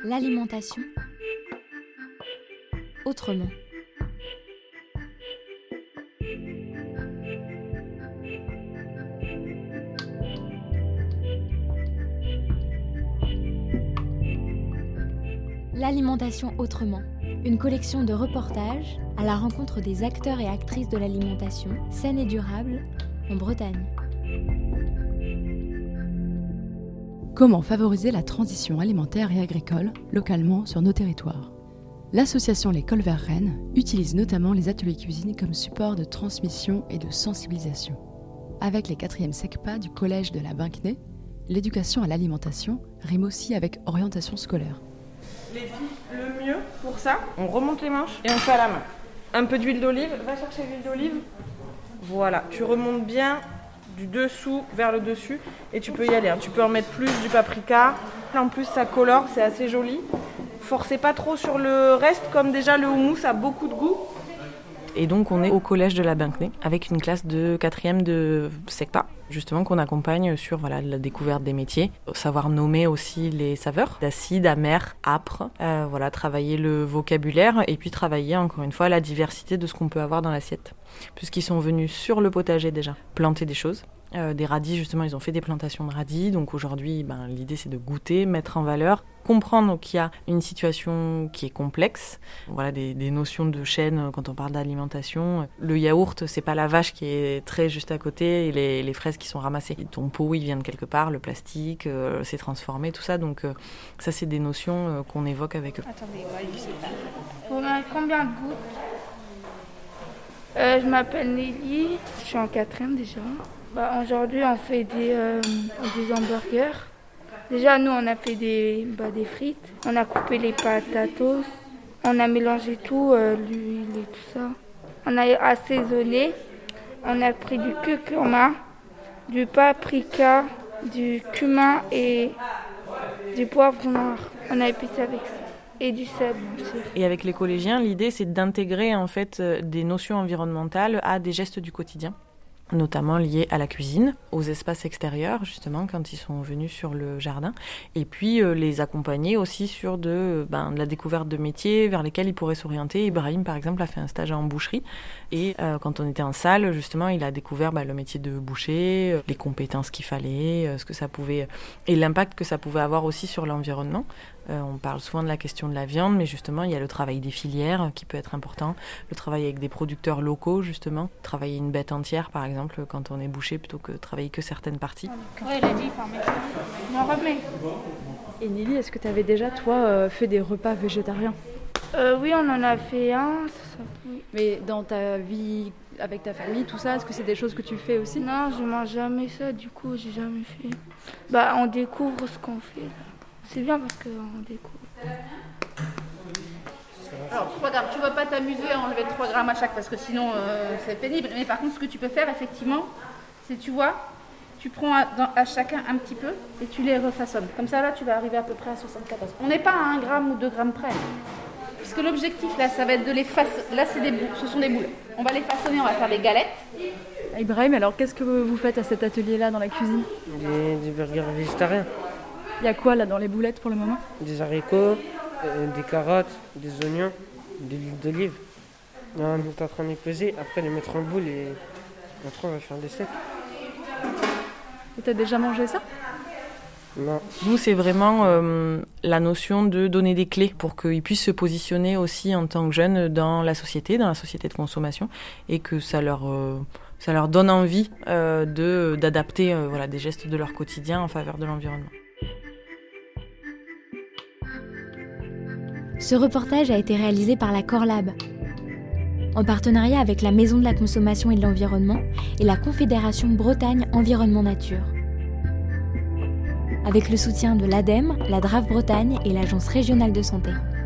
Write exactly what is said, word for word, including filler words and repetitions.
L'alimentation autrement. L'alimentation autrement, une collection de reportages à la rencontre des acteurs et actrices de l'alimentation saine et durable en Bretagne. Comment favoriser la transition alimentaire et agricole localement sur nos territoires ? L'association Les Cols Verts Rennes utilise notamment les ateliers cuisine comme support de transmission et de sensibilisation. Avec les quatrièmes SECPA du collège de la Binquenay, l'éducation à l'alimentation rime aussi avec orientation scolaire. Les filles, le mieux pour ça, on remonte les manches et on fait à la main. Un peu d'huile d'olive, va chercher l'huile d'olive. Voilà, tu remontes bien du dessous vers le dessus et tu peux y aller. Hein. Tu peux en mettre plus, du paprika. En plus, ça colore, c'est assez joli. Forcez pas trop sur le reste, comme déjà le houmous a beaucoup de goût. Et donc, on est au collège de la Binquenay avec une classe de quatrième de SECPA, justement, qu'on accompagne sur voilà, la découverte des métiers, savoir nommer aussi les saveurs, d'acide, amer, âpre, euh, voilà, travailler le vocabulaire et puis travailler, encore une fois, la diversité de ce qu'on peut avoir dans l'assiette. Puisqu'ils sont venus sur le potager déjà, planter des choses. Euh, des radis, justement, ils ont fait des plantations de radis. Donc aujourd'hui, ben, l'idée, c'est de goûter, mettre en valeur, comprendre qu'il y a une situation qui est complexe. Voilà, des, des notions de chaîne quand on parle d'alimentation. Le yaourt, c'est pas la vache qui est très juste à côté et les, les fraises qui sont ramassées. Ton pot, il vient de quelque part, le plastique, euh, c'est transformé, tout ça. Donc euh, ça, c'est des notions euh, qu'on évoque avec eux. Attendez, ouais, je sais pas. Vous avez combien de gouttes ? euh, Je m'appelle Nelly, je suis en quatrième déjà. Bah, aujourd'hui, on fait des, euh, des hamburgers. Déjà, nous, on a fait des, bah, des frites. On a coupé les patatos. On a mélangé tout, euh, l'huile et tout ça. On a assaisonné. On a pris du curcuma, du paprika, du cumin et du poivre noir. On a épicé avec ça. Et du sel aussi. Et avec les collégiens, l'idée, c'est d'intégrer en fait des notions environnementales à des gestes du quotidien, notamment liés à la cuisine, aux espaces extérieurs, justement, quand ils sont venus sur le jardin, et puis euh, les accompagner aussi sur de, ben, de la découverte de métiers vers lesquels ils pourraient s'orienter. Ibrahim, par exemple, a fait un stage en boucherie, et euh, quand on était en salle, justement, il a découvert ben, le métier de boucher, euh, les compétences qu'il fallait, euh, ce que ça pouvait, et l'impact que ça pouvait avoir aussi sur l'environnement. Euh, on parle souvent de la question de la viande, mais justement, il y a le travail des filières qui peut être important, le travail avec des producteurs locaux, justement, travailler une bête entière, par exemple, quand on est boucher, plutôt que travailler que certaines parties. Oui, il a dit, enfin, on remet. Et Nelly, est-ce que tu avais déjà, toi, euh, fait des repas végétariens ? euh, Oui, on en a fait un. Ça, oui. Mais dans ta vie avec ta famille, tout ça, est-ce que c'est des choses que tu fais aussi ? Non, je mange jamais ça, du coup, j'ai jamais fait. Bah, on découvre ce qu'on fait, là. C'est bien parce qu'on découvre. Alors, trois grammes. Tu ne vas pas t'amuser à enlever trois grammes à chaque parce que sinon euh, c'est pénible. Mais par contre, ce que tu peux faire, effectivement, c'est, tu vois, tu prends à, dans, à chacun un petit peu et tu les refaçonnes. Comme ça, là, tu vas arriver à peu près à soixante-quatorze. On n'est pas à un gramme ou deux grammes près. Puisque l'objectif, là, ça va être de les façonner. Là, c'est des boules. Ce sont des boules. On va les façonner, on va faire des galettes. Ibrahim, alors qu'est-ce que vous faites à cet atelier-là dans la cuisine ? Des, des burgers végétariens. Il y a quoi là dans les boulettes pour le moment ? Des haricots, euh, des carottes, des oignons, de l'huile d'olive. On est en train de les peser, après les mettre en boule et après on va faire des steaks. Et t'as déjà mangé ça ? Non. Nous, c'est vraiment euh, la notion de donner des clés pour qu'ils puissent se positionner aussi en tant que jeunes dans la société, dans la société de consommation, et que ça leur, euh, ça leur donne envie euh, de, d'adapter euh, voilà, des gestes de leur quotidien en faveur de l'environnement. Ce reportage a été réalisé par la Corlab, en partenariat avec la Maison de la Consommation et de l'Environnement et la Confédération Bretagne Environnement Nature, avec le soutien de l'A D E M, la D R A F Bretagne et l'Agence régionale de santé.